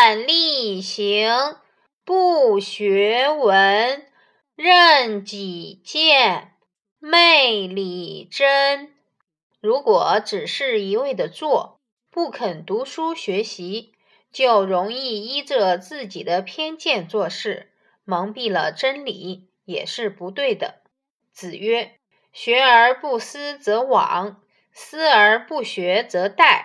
惯力行，不学文，任己见，昧理真。如果只是一味的做，不肯读书学习，就容易依着自己的偏见做事，蒙蔽了真理，也是不对的。子曰：学而不思则罔，思而不学则殆。